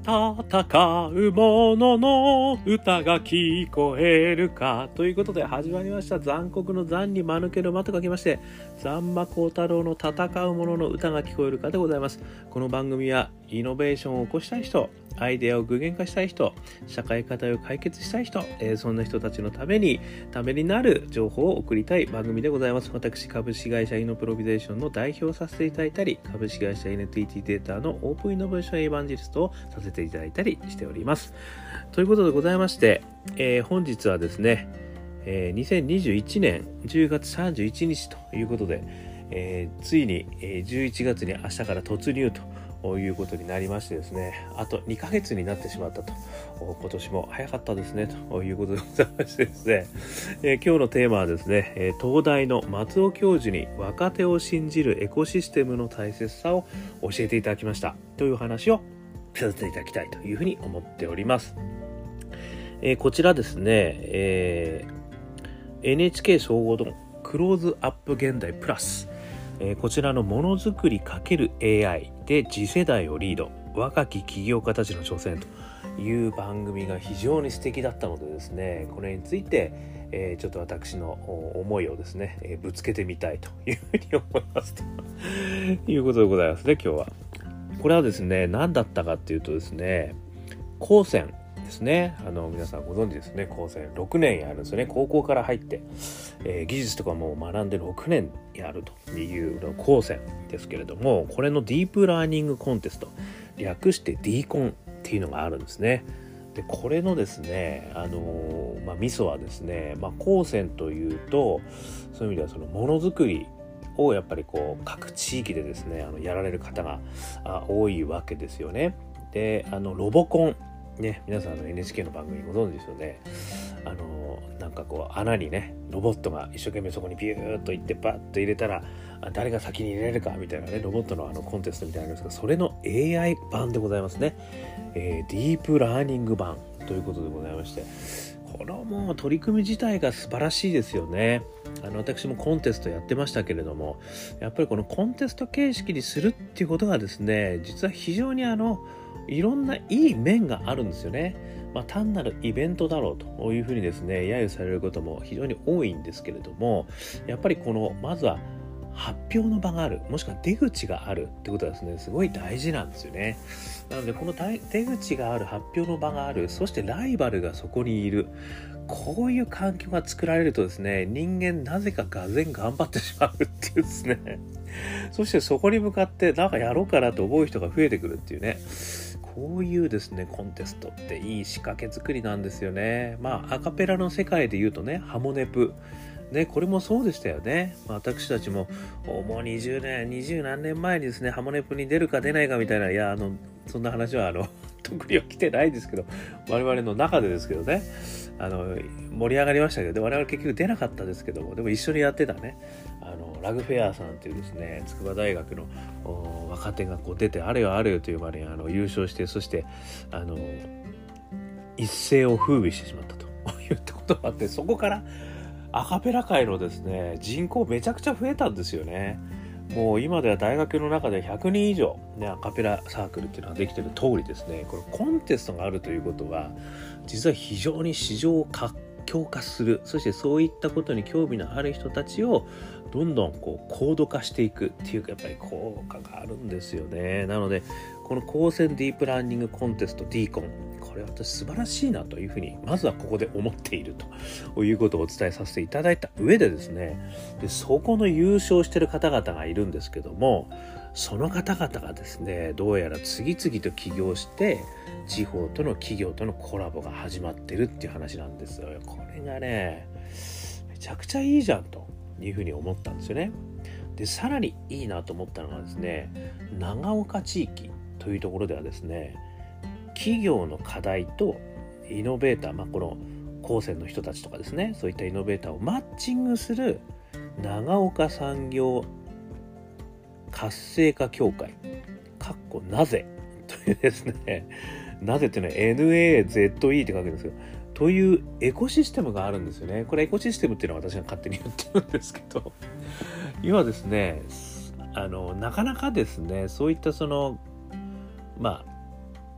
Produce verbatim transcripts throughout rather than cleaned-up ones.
戦う者の歌が聞こえるかということで始まりました。残酷の残に間抜けの間と書きまして、残魔高太郎の戦う者の歌が聞こえるかでございます。この番組はイノベーションを起こしたい人、アイデアを具現化したい人、社会課題を解決したい人、えー、そんな人たちのためにためになる情報を送りたい番組でございます。私、株式会社イノプロビゼーションの代表をさせていただいたり、株式会社 エヌティーティー データのオープンイノベーションエヴァンジェリストをさせていただいたりしております。ということでございまして、えー、本日はですね、えー、にせんにじゅういちねんじゅうがつさんじゅういちにちということで、えー、ついにじゅういちがつに明日から突入とということになりましてですね、あとにかげつになってしまったと。今年も早かったですねということでございましてですね、えー、今日のテーマはですね、えー、東大の松尾教授に若手を信じるエコシステムの大切さを教えていただきましたという話をさせていただきたいというふうに思っております。えー、こちらですね、えー、エヌエイチケー 総合のクローズアップ現代プラス、えー、こちらのものづくり×エーアイ で次世代をリード、若き起業家たちの挑戦という番組が非常に素敵だったのでですね、これについて、えー、ちょっと私の思いをですね、えー、ぶつけてみたいというふうに思いますということでございますね。今日はこれはですね、何だったかっていうとですね、高専ですね。あの皆さんご存知ですね。高専ろくねんやるんですよね。高校から入って、えー、技術とかも学んでろくねんやるという高専ですけれども、これのディープラーニングコンテスト、略して ディーコン っていうのがあるんですね。でこれのですね、あのー、まあミソはですね、まあ高専というとそういう意味ではそのものづくりをやっぱりこう各地域でですね、あのやられる方が多いわけですよね。で、あのロボコンね、皆さんの エヌエイチケー の番組ご存知ですよね。あのなんかこう穴にね、ロボットが一生懸命そこにビューッと行ってバッと入れたら誰が先に入れるかみたいなね、ロボットのあのコンテストみたいなのですが、それの エーアイ 版でございますね。えー、ディープラーニング版ということでございまして、このもう取り組み自体が素晴らしいですよね。あの私もコンテストやってましたけれども、やっぱりこのコンテスト形式にするっていうことがですね、実は非常にあのいろんないい面があるんですよね。まあ、単なるイベントだろうというふうにですね、揶揄されることも非常に多いんですけれども、やっぱりこのまずは発表の場がある、もしくは出口があるってことはですね、すごい大事なんですよね。なのでこの出口がある、発表の場がある、そしてライバルがそこにいる、こういう環境が作られるとですね、人間なぜかがぜん頑張ってしまうっていうですね、そしてそこに向かってなんかやろうかなと思う人が増えてくるっていうね、こういうですねコンテストっていい仕掛け作りなんですよね。まあアカペラの世界で言うとね、ハモネプね、これもそうでしたよね。まあ、私たちももうにじゅうねん、にじゅうなんねんまえにですね、ハモネプに出るか出ないかみたいな、いやあのそんな話はあの特には来てないですけど、我々の中でですけどね、あの盛り上がりましたけど、我々結局出なかったですけども、でも一緒にやってたね、あのラグフェアさんっていうですね、筑波大学の若手がこう出て、あれよあれよという間にあの優勝して、そしてあの一世を風靡してしまったといったことがあって、そこからアカペラ界のですね人口めちゃくちゃ増えたんですよね。もう今では大学の中でひゃくにん以上、ね、アカペラサークルっていうのができている通りですね、これコンテストがあるということは実は非常に市場を活強化する、そしてそういったことに興味のある人たちをどんどんこう高度化していくっていうか、やっぱり効果があるんですよね。なのでこの高専ディープラーニングコンテスト ディーコン、これ私素晴らしいなというふうにまずはここで思っているということをお伝えさせていただいた上でですね、でそこの優勝している方々がいるんですけども、その方々がですねどうやら次々と起業して地方との企業とのコラボが始まってるっていう話なんですよ。これがねめちゃくちゃいいじゃんというふうに思ったんですよね。でさらにいいなと思ったのがですね、長岡地域というところではですね、企業の課題とイノベーター、まあ、この高専の人たちとかですね、そういったイノベーターをマッチングする長岡産業活性化協会かっこなぜというですね、なぜっていうのは エヌエーゼットイー って書くんですけど、というエコシステムがあるんですよね。これエコシステムっていうのは私が勝手に言ってるんですけど、今ですね、あのなかなかですね、そういったそのまあベ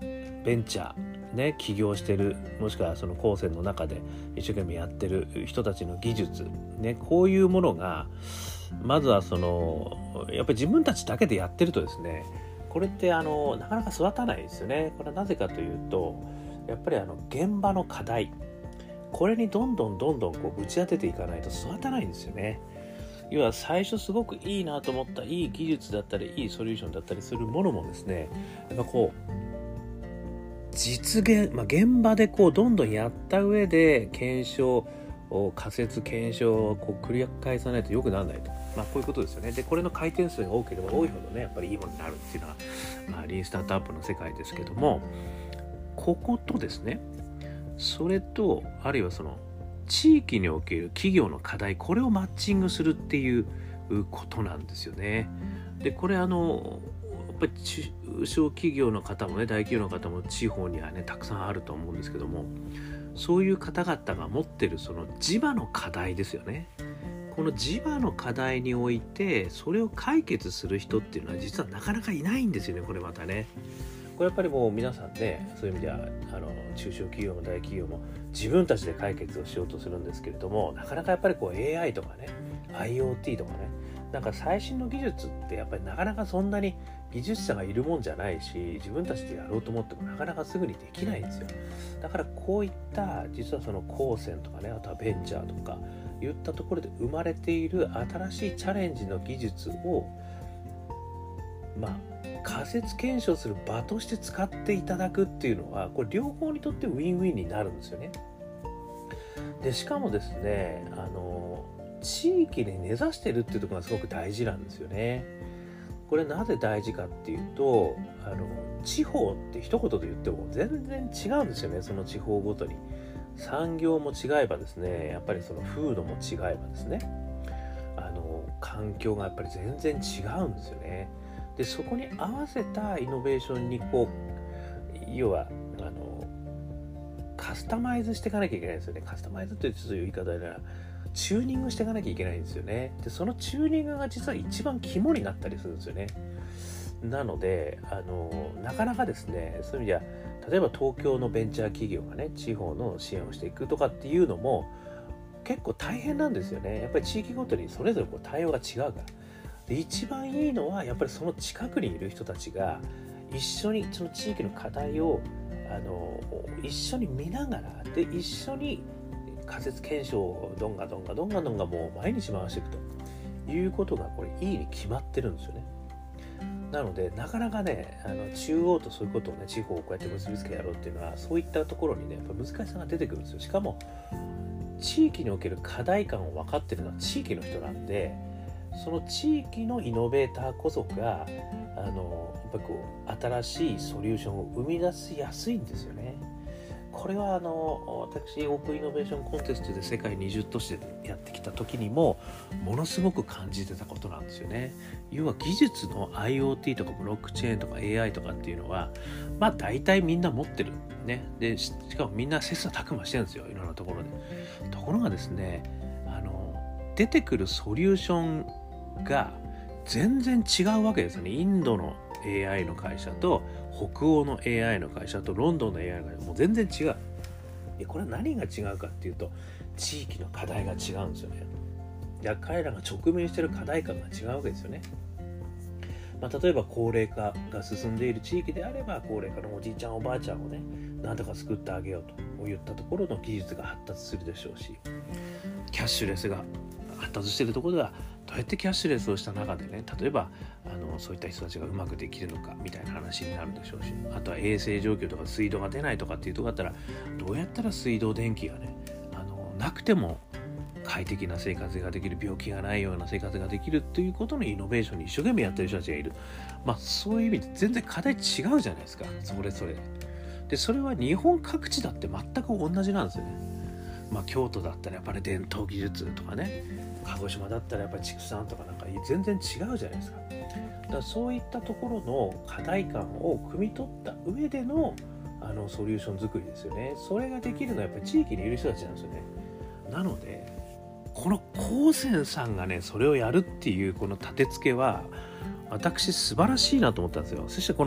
ベンチャーね起業してる、もしくはその高専の中で一生懸命やってる人たちの技術ね、こういうものがまずはそのやっぱり自分たちだけでやってるとですね、これってあのなかなか育たないですよね。これはなぜかというと、やっぱりあの現場の課題、これにどんどんどんどんこう打ち当てていかないと育たないんですよね。要は最初すごくいいなと思ったいい技術だったりいいソリューションだったりするものもですね、やっぱこう実現、まあ、現場でこうどんどんやった上で検証仮説検証をこう繰り返さないと良くならないと、まあ、こういうことですよね。でこれの回転数が多ければ多いほどね、やっぱりいいものになるっていうのは、まあ、リーンスタートアップの世界ですけども、こことですね、それとあるいはその地域における企業の課題、これをマッチングするっていうことなんですよね。でこれあのやっぱり中小企業の方もね、大企業の方も地方にはねたくさんあると思うんですけども、そういう方々が持ってるその地場の課題ですよね。この地場の課題においてそれを解決する人っていうのは実はなかなかいないんですよね。これまたね、これやっぱりもう皆さんね、そういう意味ではあの中小企業も大企業も自分たちで解決をしようとするんですけれども、なかなかやっぱりこう エーアイ とかね アイオーティー とかね、なんか最新の技術ってやっぱりなかなかそんなに技術者がいるもんじゃないし、自分たちでやろうと思ってもなかなかすぐにできないんですよ。だからこういった実はその高専とかね、あとはベンチャーとかいったところで生まれている新しいチャレンジの技術をまあ仮説検証する場として使っていただくっていうのは、これ両方にとってウィンウィンになるんですよね。でしかもですね、あの地域に根ざしてるっていうところがすごく大事なんですよね。これなぜ大事かっていうと、あの地方って一言で言っても全然違うんですよね。その地方ごとに産業も違えばですね、やっぱりその風土も違えばですね、あの環境がやっぱり全然違うんですよね。でそこに合わせたイノベーションにこう要はあのカスタマイズしていかなきゃいけないんですよね。カスタマイズってちょっという言い方ではチューニングしていかなきゃいけないんですよね。でそのチューニングが実は一番肝になったりするんですよね。なのであのなかなかですね、そういう意味では例えば東京のベンチャー企業がね地方の支援をしていくとかっていうのも結構大変なんですよね。やっぱり地域ごとにそれぞれこう対応が違うから。で一番いいのはやっぱりその近くにいる人たちが一緒にその地域の課題をあの一緒に見ながらで一緒に仮説検証をどんがどんがどんがどんがもう毎日回していくということがこれいいに決まってるんですよね。なのでなかなかねあの中央とそういうことをね地方をこうやって結びつけてやろうっていうのはそういったところにねやっぱ難しさが出てくるんですよ。しかも地域における課題感を分かってるのは地域の人なんで、その地域のイノベーターこそがあのやっぱりこう新しいソリューションを生み出しやすいんですよね。これはあの私オープンイノベーションコンテストで世界にじゅう都市でやってきた時にもものすごく感じてたことなんですよね。要は技術の アイオーティー とかブロックチェーンとか エーアイ とかっていうのはまあ大体みんな持ってるね。でしかもみんな切磋琢磨してるんですよ、いろんなところで。ところがですね、あの出てくるソリューションが全然違うわけですよね。インドの エーアイ の会社と北欧の エーアイ の会社とロンドンの エーアイ の会社もう全然違う。いやこれは何が違うかっていうと地域の課題が違うんですよね。いや彼らが直面している課題感が違うわけですよね。まあ、例えば高齢化が進んでいる地域であれば高齢化のおじいちゃんおばあちゃんをねなんとか救ってあげようといったところの技術が発達するでしょうし、キャッシュレスが発達しているところではどうやってキャッシュレスをした中でね、例えばあのそういった人たちがうまくできるのかみたいな話になるでしょうし、あとは衛生状況とか水道が出ないとかっていうところだったらどうやったら水道電気がねあのなくても快適な生活ができる、病気がないような生活ができるということのイノベーションに一生懸命やってる人たちがいる。まあそういう意味で全然課題違うじゃないですか、それぞれで。それは日本各地だって全く同じなんですよね。まあ京都だったらやっぱり伝統技術とかね、鹿児島だったらやっぱり畜産とかなんか全然違うじゃないですか。だからそういったところの課題感を汲み取った上でのあのソリューション作りですよね。それができるのはやっぱり地域にいる人たちなんですよね。なのでこの高専さんがねそれをやるっていうこの立て付けは私素晴らしいなと思ったんですよ。そしてこの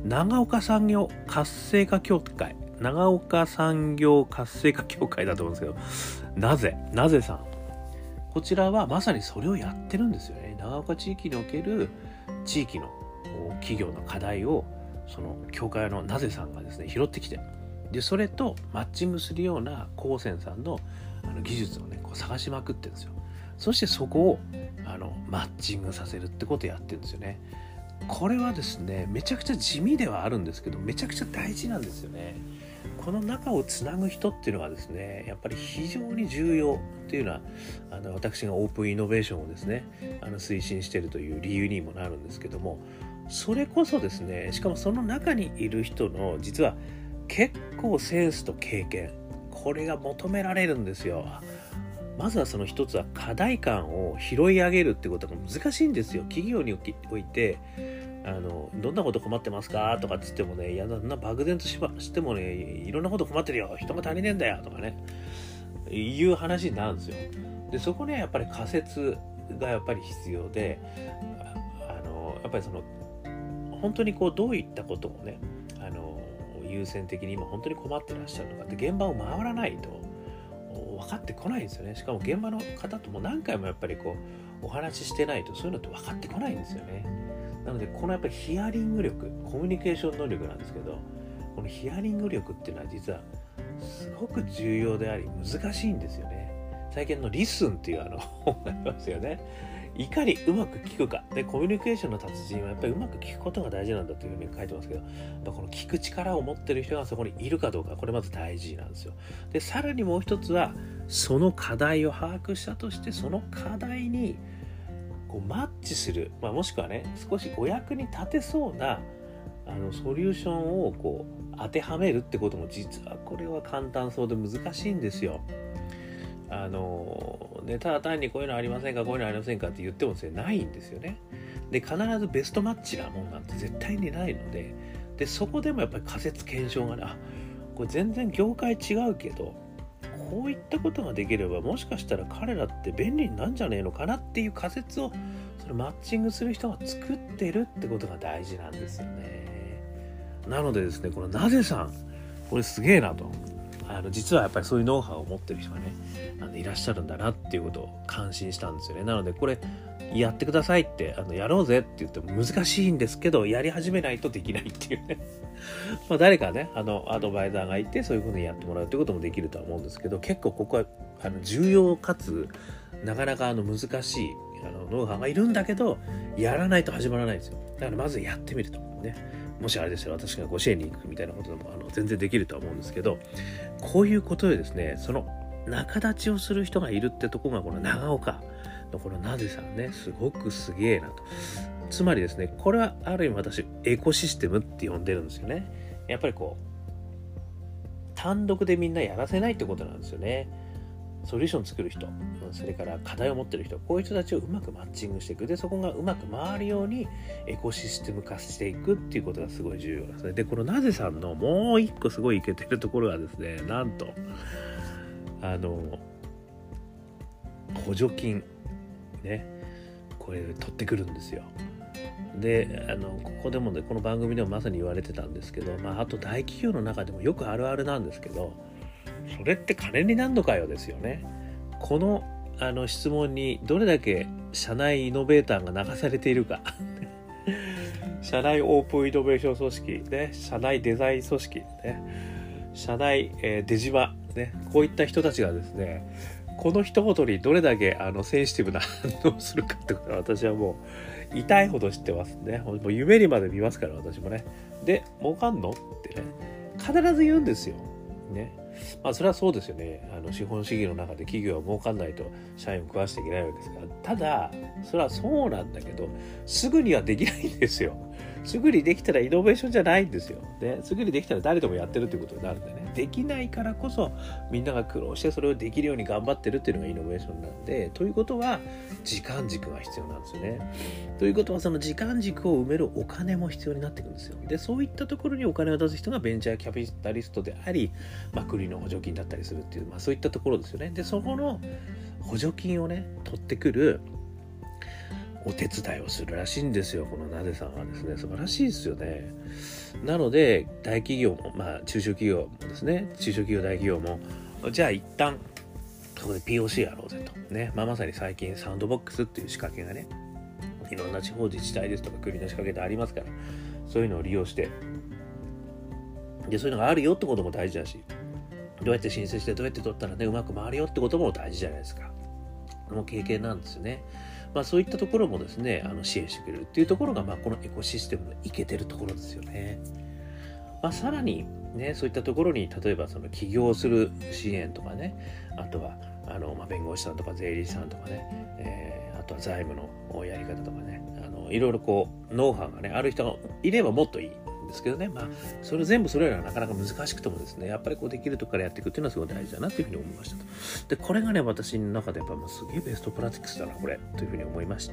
長岡産業活性化協会、長岡産業活性化協会だと思うんですけど、なぜなぜさん、こちらはまさにそれをやってるんですよね。長岡地域における地域の企業の課題をその協会のなぜさんがですね拾ってきて、でそれとマッチングするような高専さんのあの技術をねこう探しまくってるんですよ。そしてそこをあのマッチングさせるってことをやってるんですよね。これはですねめちゃくちゃ地味ではあるんですけど、めちゃくちゃ大事なんですよね。この中をつなぐ人っていうのはですねやっぱり非常に重要っていうのは、あの私がオープンイノベーションをですねあの推進しているという理由にもなるんですけども、それこそですね、しかもその中にいる人の実は結構センスと経験、これが求められるんですよ。まずはその一つは課題感を拾い上げるってことが難しいんですよ。企業においてあのどんなこと困ってますかとかつってもね、いやな漠然としばしてもね、いろんなこと困ってるよ、人が足りねえんだよとかねいう話になるんですよ。でそこねやっぱり仮説がやっぱり必要で、あのやっぱりその本当にこうどういったことをねあの優先的に今本当に困ってらっしゃるのかって現場を回らないと分かってこないんですよね。しかも現場の方とも何回もやっぱりこうお話ししてないとそういうのって分かってこないんですよね。なのでこのやっぱりヒアリング力、コミュニケーション能力なんですけど、このヒアリング力っていうのは実はすごく重要であり難しいんですよね。最近のリスンっていうあの本がありますよね。いかにうまく聞くかで、コミュニケーションの達人はやっぱりうまく聞くことが大事なんだというふうに書いてますけど、やっぱこの聞く力を持ってる人がそこにいるかどうか、これまず大事なんですよ。でさらにもう一つはその課題を把握したとして、その課題にこうマッチする、まあ、もしくはね少しお役に立てそうなあのソリューションをこう当てはめるってことも実はこれは簡単そうで難しいんですよ。あのね、ただ単にこういうのありませんか、こういうのありませんかって言ってもですねないんですよね。で必ずベストマッチなもんなんて絶対にないので、でそこでもやっぱり仮説検証がね、あこれ全然業界違うけどこういったことができればもしかしたら彼らって便利になるんじゃねえのかなっていう仮説をそれマッチングする人が作ってるってことが大事なんですよね。なのでですね、このなぜさんこれすげえなと、あの実はやっぱりそういうノウハウを持ってる人がねあのいらっしゃるんだなっていうことを感心したんですよね。なのでこれやってくださいってあのやろうぜって言っても難しいんですけど、やり始めないとできないっていうねまあ誰かねあのアドバイザーがいてそういうふうにやってもらうってこともできるとは思うんですけど、結構ここはあの重要かつなかなかあの難しいあのノウハウがいるんだけど、やらないと始まらないんですよ。だからまずやってみるとね、もしあれでしたら私がご支援に行くみたいなことでもあの全然できるとは思うんですけど、こういうことでですねその仲立ちをする人がいるってとこがこの長岡のこのなぜさんねすごくすげえなと。つまりですねこれはある意味私エコシステムって呼んでるんですよね。やっぱりこう単独でみんなやらせないってことなんですよね。ソリューション作る人、それから課題を持ってる人、こういう人たちをうまくマッチングしていく。でそこがうまく回るようにエコシステム化していくっていうことがすごい重要ですね。でこのなぜさんのもう一個すごいイケてるところがですね、なんとあの補助金ねこれ取ってくるんですよ。であのここでもねこの番組でもまさに言われてたんですけど、まああと大企業の中でもよくあるあるなんですけど、それって金になんのかよですよね。このあの質問にどれだけ社内イノベーターが流されているか社内オープンイノベーション組織、ね、社内デザイン組織、ね、社内、えー、デジマ、ね、こういった人たちがですねこの一言にどれだけあのセンシティブな反応をするかってことは私はもう痛いほど知ってますね。もう夢にまで見ますから私もね。で儲かんのってね必ず言うんですよね。まあそれはそうですよね。あの資本主義の中で企業は儲かんないと社員を食わしていけないわけですから。ただそれはそうなんだけどすぐにはできないんですよ。すぐにできたらイノベーションじゃないんですよ。ね、すぐにできたら誰でもやってるということになるんでね。できないからこそみんなが苦労してそれをできるように頑張ってるっていうのがイノベーションなんで、ということは時間軸が必要なんですよね。ということはその時間軸を埋めるお金も必要になってくるんですよ。でそういったところにお金を出す人がベンチャーキャピタリストであり、まあ、国の補助金だったりするっていう、まあ、そういったところですよね。でそこの補助金をね取ってくるお手伝いをするらしいんですよ。このなでさんはですね、素晴らしいですよね。なので大企業も、まあ中小企業もですね、中小企業大企業もじゃあ一旦そこで ピーオーシー やろうぜとね、まあ、まさに最近サウンドボックスっていう仕掛けがね、いろんな地方自治体ですとか国の仕掛けでありますから、そういうのを利用して、でそういうのがあるよってことも大事だし、どうやって申請してどうやって取ったらねうまく回るよってことも大事じゃないですか。この経験なんですよね。まあそういったところもですね、あの支援してくれるっていうところが、まあこのエコシステムのいけてるところですよね。まあさらにね、そういったところに例えばその起業する支援とかね、あとはあの、まあ、弁護士さんとか税理士さんとかね、えー、あとは財務のやり方とかね、あのいろいろこうノウハウがねある人がいればもっといいんですけどね、まあそれ全部それらはなかなか難しくてもですね、やっぱりこうできるところからやっていくっていうのはすごい大事だなというふうに思いましたと。でこれがね私の中でやっぱもうすげえベストプラクティクスだなこれというふうに思いまして、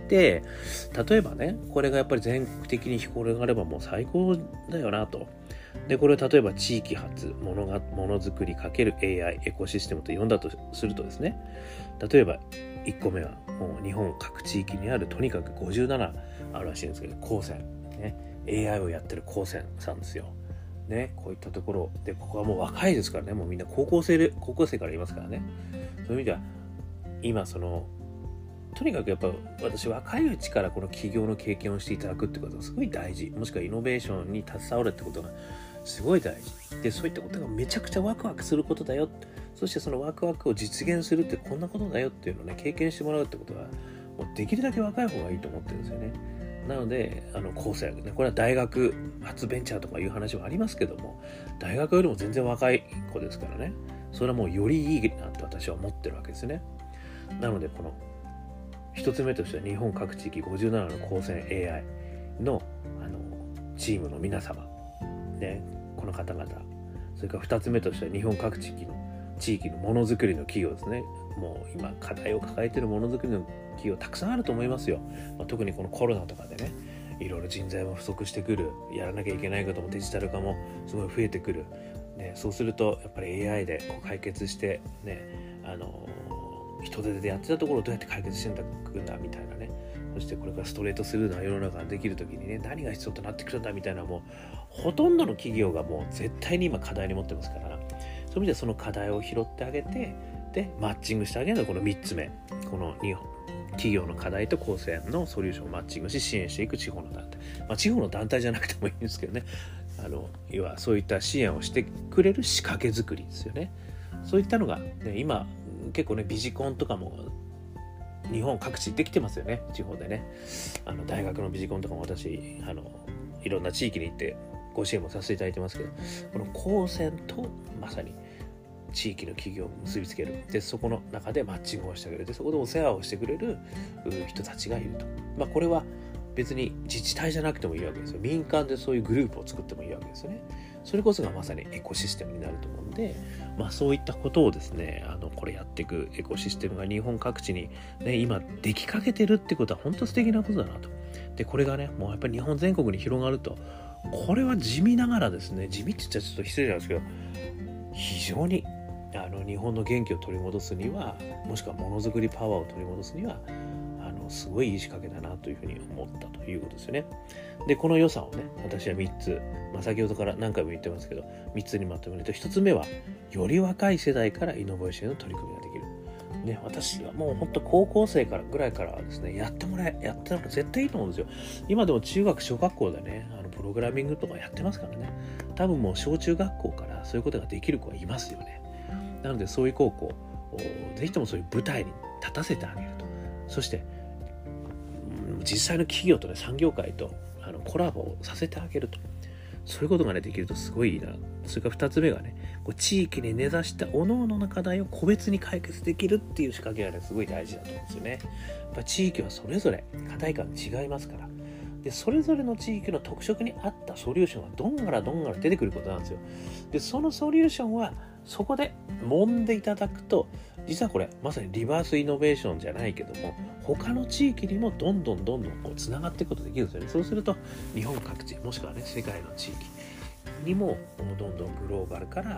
例えばねこれがやっぱり全国的に広がればもう最高だよなと。でこれを例えば地域発ものがものづくり×エーアイ エコシステムと呼んだとするとですね、例えばいっこめはもう日本各地域にあるとにかくごじゅうななあるらしいんですけど、高専ね エーアイ をやってる高専さんですよね。こういったところで、ここはもう若いですからね、もうみんな高校生で高校生からいますからね。そういう意味では今そのとにかくやっぱ私若いうちからこの起業の経験をしていただくってことがすごい大事、もしくはイノベーションに携わるってことがすごい大事で、そういったことがめちゃくちゃワクワクすることだよ、そしてそのワクワクを実現するってこんなことだよっていうのをね経験してもらうってことはもうできるだけ若い方がいいと思ってるんですよね。なのであの高専ね、これは大学初ベンチャーとかいう話もありますけども、大学よりも全然若い子ですからね、それはもうよりいいなと私は思ってるわけですね。なのでこの一つ目としては日本各地域ごじゅうななの高専 エーアイ の, あのチームの皆様、ね、この方々、それから二つ目としては日本各地域の地域のものづくりの企業ですね。もう今課題を抱えているものづくりの企業たくさんあると思いますよ。まあ、特にこのコロナとかでね、いろいろ人材も不足してくる、やらなきゃいけないこともデジタル化もすごい増えてくる、ね、そうするとやっぱり エーアイ でこう解決してね、あの人手でやってたところをどうやって解決してんだみたいなね、そしてこれからストレートスルーな世の中ができるときにね、何が必要となってくるんだみたいな、もうほとんどの企業がもう絶対に今課題に持ってますから、そういう意味ではその課題を拾ってあげて、でマッチングしてあげるのがこのみっつめ、この日本企業の課題と高専のソリューションをマッチングし支援していく地方の団体、まあ、地方の団体じゃなくてもいいんですけどね、あの要はそういった支援をしてくれる仕掛け作りですよね。そういったのが、ね、今結構ねビジコンとかも日本各地できてますよね。地方でね、あの大学のビジコンとかも私あのいろんな地域に行ってご支援もさせていただいてますけど、この高専とまさに地域の企業を結びつける、でそこの中でマッチングをしてあげる、でそこでお世話をしてくれる人たちがいると。まあこれは別に自治体じゃなくてもいいわけですよ。民間でそういうグループを作ってもいいわけですよね。それこそがまさにエコシステムになると思うんで、まあそういったことをですね、あのこれやっていくエコシステムが日本各地に、ね、今できかけてるってことは本当素敵なことだなと。でこれがねもうやっぱり日本全国に広がると、これは地味ながらですね、地味って言っちゃちょっと失礼なんですけど、非常にあの日本の元気を取り戻すには、もしくはものづくりパワーを取り戻すには、あのすごいいい仕掛けだなというふうに思ったということですよね。でこの良さをね私はみっつ、まあ、先ほどから何回も言ってますけどみっつにまとめると、ひとつめはより若い世代からイノベーションの取り組みができる、ね、私はもう本当高校生からぐらいからですねやってもらえやってたら絶対いいと思うんですよ。今でも中学小学校でねあのプログラミングとかやってますからね、多分もう小中学校からそういうことができる子はいますよね。なのでそういう高校ぜひともそういう舞台に立たせてあげると、そして実際の企業とね産業界とあのコラボをさせてあげると、そういうことがねできるとすごいいいな。それからふたつめがね、こう地域に根ざした各々の課題を個別に解決できるっていう仕掛けがねすごい大事だと思うんですよね。やっぱ地域はそれぞれ課題感違いますから、でそれぞれの地域の特色に合ったソリューションがどんがらどんがら出てくることなんですよ。でそのソリューションはそこで揉んでいただくと、実はこれまさにリバースイノベーションじゃないけども、他の地域にもどんどんどんどんこうつながっていくことができるんですよね。そうすると日本各地もしくはね世界の地域にもどんどんグローバルから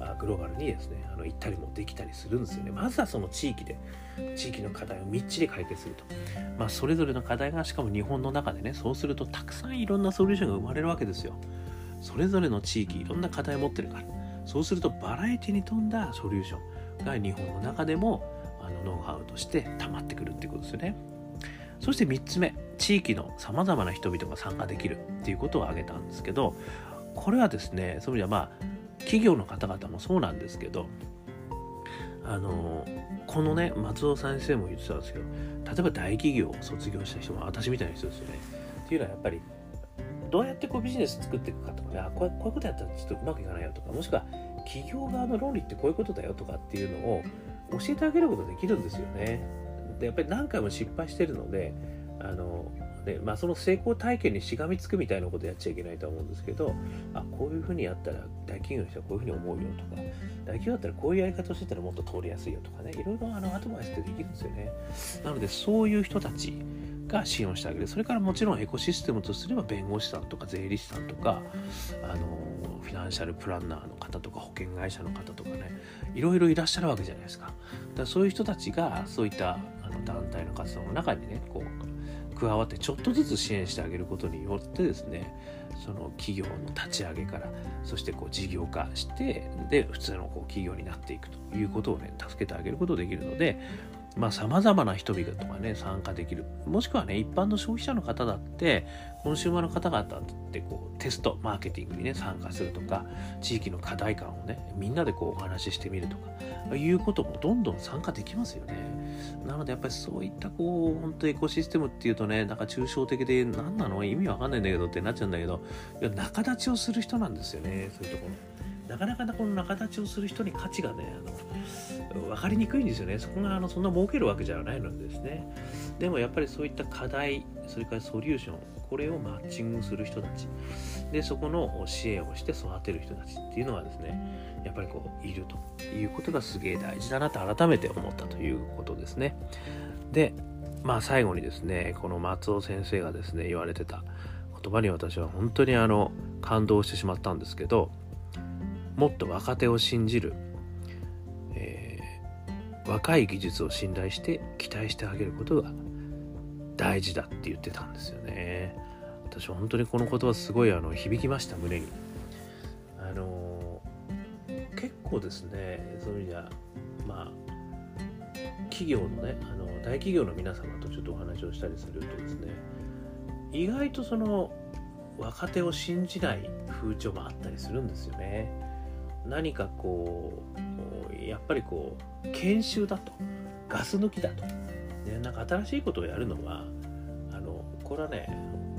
グローバルにですねあの行ったりもできたりするんですよね。まずはその地域で地域の課題をみっちり解決すると、まあ、それぞれの課題がしかも日本の中でね、そうするとたくさんいろんなソリューションが生まれるわけですよ。それぞれの地域いろんな課題を持ってるから、そうするとバラエティに富んだソリューションが日本の中でもあのノウハウとして溜まってくるっていうことですよね。そしてみっつめ、地域のさまざまな人々が参加できるっていうことを挙げたんですけど、これはですね、そういう意味ではまあ企業の方々もそうなんですけど、あのこのね松尾先生も言ってたんですけど、例えば大企業を卒業した人も私みたいな人ですよね。っていうのはやっぱりどうやってこうビジネス作っていくかとかね、あこう、こういうことやったらちょっとうまくいかないよとか、もしくは企業側の論理ってこういうことだよとかっていうのを教えてあげることができるんですよね。でやっぱり何回も失敗してるので、あのでまあ、その成功体験にしがみつくみたいなことやっちゃいけないと思うんですけど、あこういうふうにやったら大企業の人はこういうふうに思うよとか、大企業だったらこういうやり方をしてたらもっと通りやすいよとかね、いろいろあのアドバイスってできるんですよね。なのでそういう人たちが支援をしてあげる。それからもちろんエコシステムとすれば弁護士さんとか税理士さんとか、あのフィナンシャルプランナーの方とか保険会社の方とかね、いろいろいらっしゃるわけじゃないですか。だからそういう人たちがそういったあの団体の活動の中にねこう加わってちょっとずつ支援してあげることによってですね、その企業の立ち上げから、そしてこう事業化してで普通のこう企業になっていくということをね助けてあげることができるので、まあ様々な人々とかね参加できる。もしくはね一般の消費者の方だってコンシューマーの方々ってこうテストマーケティングにね参加するとか、地域の課題感をねみんなでこうお話ししてみるとかいうこともどんどん参加できますよね。なのでやっぱりそういったこう本当エコシステムっていうとねなんか抽象的で何なの意味わかんないんだけどってなっちゃうんだけど、いや仲立ちをする人なんですよね。そういうところなかなかこの仲立ちをする人に価値がねあの分かりにくいんですよね。そこがあのそんな儲けるわけじゃないのでですね。でもやっぱりそういった課題、それからソリューション、これをマッチングする人たちで、そこの支援をして育てる人たちっていうのがですねやっぱりこういるということがすげえ大事だなと改めて思ったということですね。でまあ最後にですね、この松尾先生がですね言われてた言葉に私は本当にあの感動してしまったんですけど、もっと若手を信じる、えー、若い技術を信頼して期待してあげることが大事だって言ってたんですよね。私は本当にこの言葉すごいあの響きました、胸に。あのー、結構ですね、そういう意味ではまあ企業のねあの大企業の皆様とちょっとお話をしたりするとですね、意外とその若手を信じない風潮もあったりするんですよね。何かこうやっぱりこう研修だとガス抜きだと、ね、なんか新しいことをやるのはあのこれはね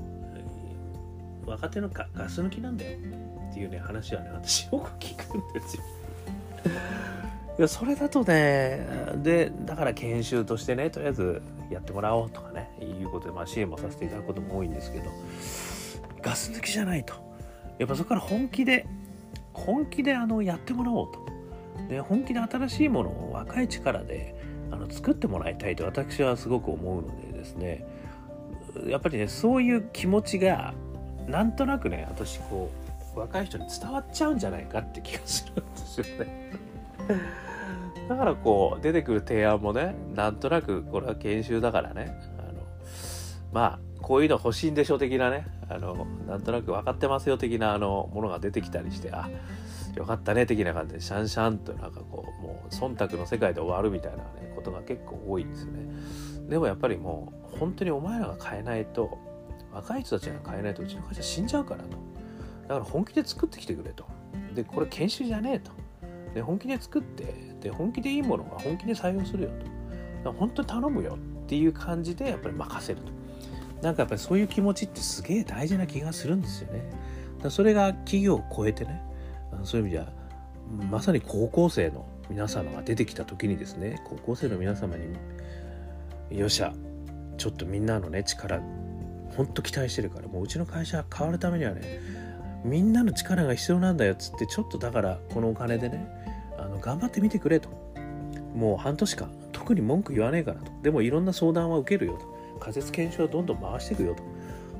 若手のガス抜きなんだよっていうね話はね私よく聞くんですよ。いやそれだとね、でだから研修としてねとりあえずやってもらおうとかねいうことで、まあ、支援もさせていただくことも多いんですけど、ガス抜きじゃないと、やっぱそこから本気で本気であのやってもらおうと、で本気で新しいものを若い力であの作ってもらいたいと私はすごく思うのでですね、やっぱりねそういう気持ちがなんとなくね私こう若い人に伝わっちゃうんじゃないかって気がするんですよね。だからこう出てくる提案もねなんとなくこれは研修だからね、あのまあこういうの欲しいんでしょ的なね、あのなんとなく分かってますよ的なあのものが出てきたりして、あよかったね的な感じでシャンシャンとなんかこうもう忖度の世界で終わるみたいな、ね、ことが結構多いんですよね。でもやっぱりもう本当にお前らが変えないと、若い人たちが変えないとうちの会社死んじゃうからと。だから本気で作ってきてくれと。でこれ研修じゃねえと。で本気で作ってで本気でいいものは本気で採用するよと。だから本当に頼むよっていう感じでやっぱり任せると。なんかやっぱりそういう気持ちってすげえ大事な気がするんですよね。だからそれが企業を超えてね、そういう意味ではまさに高校生の皆様が出てきた時にですね、高校生の皆様によっしゃちょっとみんなのね力ほんと期待してるから、もううちの会社変わるためにはねみんなの力が必要なんだよっつって、ちょっとだからこのお金でねあの頑張ってみてくれと。もう半年間特に文句言わねえからと。でもいろんな相談は受けるよと。仮説検証をどんどん回していくよと。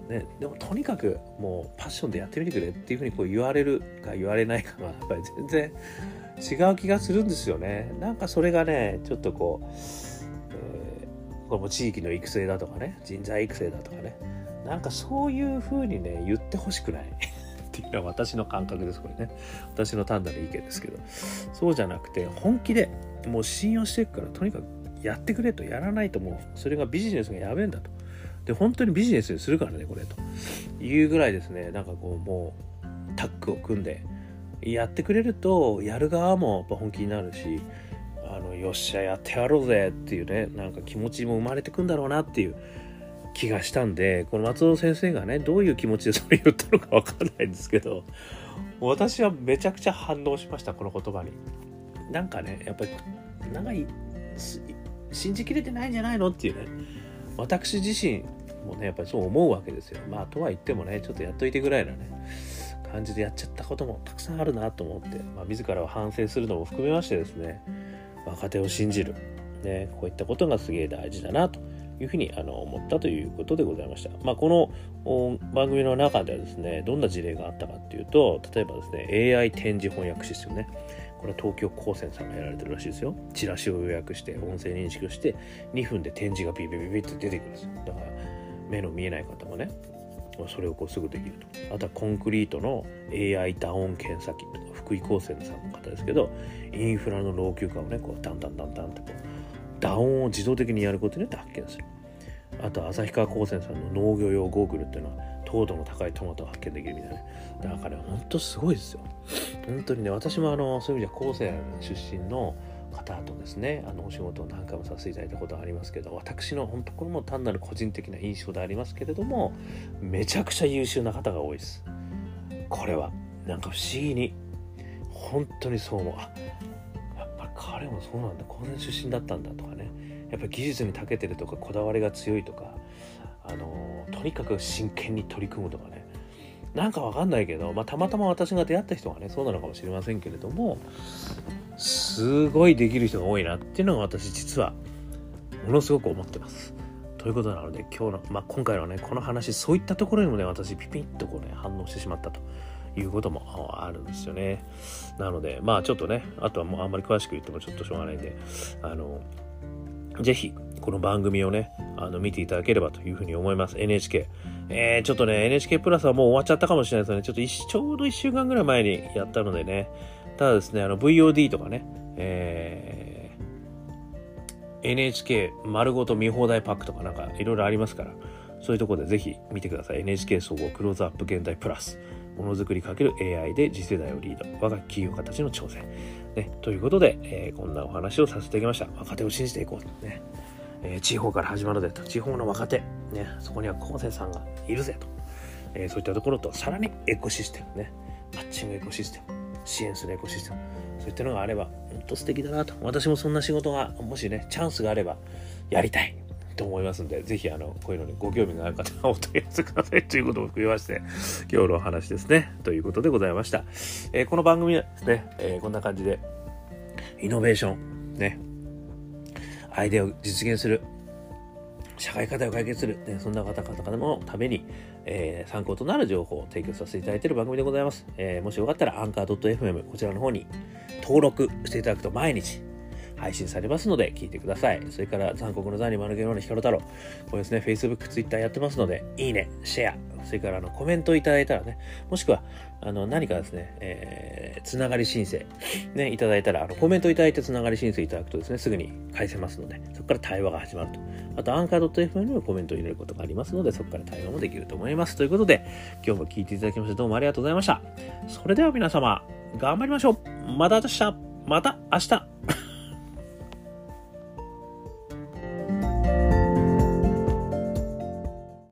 ね、でもとにかくもうパッションでやってみてくれっていうふうにこう言われるか言われないかはやっぱり全然違う気がするんですよね。なんかそれがねちょっとこう、えー、これも地域の育成だとかね、人材育成だとかね、なんかそういうふうにね言ってほしくないっていうのは私の感覚です。これね、私の単なる意見ですけど、そうじゃなくて本気でもう信用していくから、とにかくやってくれと。やらないともうそれがビジネスがやべえんだと。で本当にビジネスにするからねこれというぐらいですね、なんかこうもうタッグを組んでやってくれると、やる側もやっぱ本気になるし、あのよっしゃやってやろうぜっていうね、なんか気持ちも生まれてくんだろうなっていう気がしたんで、この松尾先生がねどういう気持ちでそれ言ったのかわからないんですけど、私はめちゃくちゃ反応しました、この言葉に。なんかねやっぱりなんか信じきれてないんじゃないのっていうね、私自身もねやっぱりそう思うわけですよ。まあとは言ってもねちょっとやっといてぐらいなね感じでやっちゃったこともたくさんあるなと思って、まあ、自らを反省するのも含めましてですね、若手を信じる、ね、こういったことがすげえ大事だなというふうにあの思ったということでございました。まあ、この番組の中ではですねどんな事例があったかっていうと、例えばですね エーアイ 展示翻訳システムね、これは東京高専さんがやられてるらしいですよ。チラシを予約して音声認識をしてにふんで展示がビビビビって出てくるんですよ。だから目の見えない方もねそれをこうすぐできると。あとはコンクリートの エーアイ 打音検査機とか、福井高専さんの方ですけど、インフラの老朽化をねこうダンダンダンダンとこう打音を自動的にやることによって発見する。あとは旭川高専さんの農業用ゴーグルっていうのは糖度の高いトマトを発見できるみたいな。だからね本当すごいですよ。本当にね、私もあのそういう意味では高専出身の方とですね、あのお仕事を何回もさせていただいたことがありますけど、私の本当これも単なる個人的な印象でありますけれども、めちゃくちゃ優秀な方が多いです。これはなんか不思議に本当にそう思う。あ、やっぱり彼もそうなんだ、高専出身だったんだとかね、やっぱり技術に長けてるとかこだわりが強いとか、あのとにかく真剣に取り組むとかね、なんかわかんないけど、まあ、たまたま私が出会った人がねそうなのかもしれませんけれども、すごいできる人が多いなっていうのが私実はものすごく思ってます。ということなので今日の、まあ、今回のねこの話、そういったところにもね私ピピッとこうね反応してしまったということもあるんですよね。なのでまあちょっとね、あとはもうあんまり詳しく言ってもちょっとしょうがないんで、あのぜひこの番組をねあの見ていただければというふうに思います。 エヌエイチケー、えー、ちょっとね エヌエイチケー プラスはもう終わっちゃったかもしれないですよね。ちょっと一ちょうどいっしゅうかんぐらい前にやったのでね、ただですねあの ブイオーディー とかね、えー、エヌエイチケー 丸ごと見放題パックとかなんかいろいろありますから、そういうところでぜひ見てください。 エヌエイチケー 総合クローズアップ現代プラス、ものづくり×エーアイ で次世代をリード、若き企業家たちの挑戦、ね、ということで、えー、こんなお話をさせていただきました。若手を信じていこう、ねえー、地方から始まるでと、地方の若手、ね、そこには高専さんがいるぜと、えー、そういったところと、さらにエコシステムね、マッチングエコシステム、支援するエコシステム、そういったのがあれば本当素敵だなと。私もそんな仕事がもしねチャンスがあればやりたいと思いますんで、ぜひあのこういうのにご興味がある方はお問い合わせくださいということを含めまして、今日のお話ですねということでございました。えー、この番組はですね、えー、こんな感じでイノベーションね、アイデアを実現する、社会課題を解決する、ね、そんな方々のために、えー、参考となる情報を提供させていただいている番組でございます。えー、もしよかったらアンカー ドットエフエム こちらの方に登録していただくと毎日配信されますので聞いてください。それから残酷の残に丸毛の光太郎、これですね Facebook、Twitter やってますのでいいね、シェア、それからあのコメントいただいたらね、もしくはあの何かですね、えー、つながり申請ねいただいたら、あのコメントいただいてつながり申請いただくとですねすぐに返せますので、そこから対話が始まると。あとアンカー ドットエフエム にもコメントを入れることがありますので、そこから対話もできると思います。ということで今日も聞いていただきましてどうもありがとうございました。それでは皆様頑張りましょう。また明日また明日